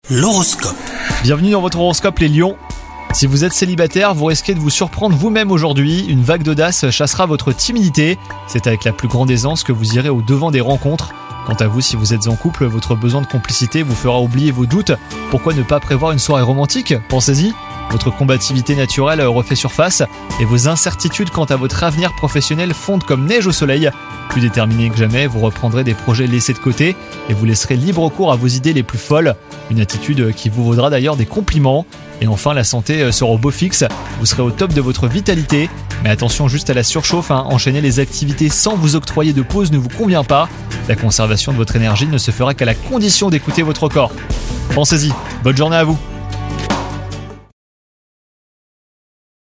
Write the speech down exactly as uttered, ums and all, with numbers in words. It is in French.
L'horoscope. Bienvenue dans votre horoscope les lions. Si vous êtes célibataire, vous risquez de vous surprendre vous-même aujourd'hui. Une vague d'audace chassera votre timidité. C'est avec la plus grande aisance que vous irez au devant des rencontres. Quant à vous, si vous êtes en couple, votre besoin de complicité vous fera oublier vos doutes. Pourquoi ne pas prévoir une soirée romantique ? Pensez-y. Votre combativité naturelle refait surface et vos incertitudes quant à votre avenir professionnel fondent comme neige au soleil. Plus déterminé que jamais, vous reprendrez des projets laissés de côté et vous laisserez libre cours à vos idées les plus folles. Une attitude qui vous vaudra d'ailleurs des compliments. Et enfin, la santé sera au beau fixe. Vous serez au top de votre vitalité. Mais attention juste à la surchauffe, hein. Enchaîner les activités sans vous octroyer de pause ne vous convient pas. La conservation de votre énergie ne se fera qu'à la condition d'écouter votre corps. Pensez-y. Bonne journée à vous.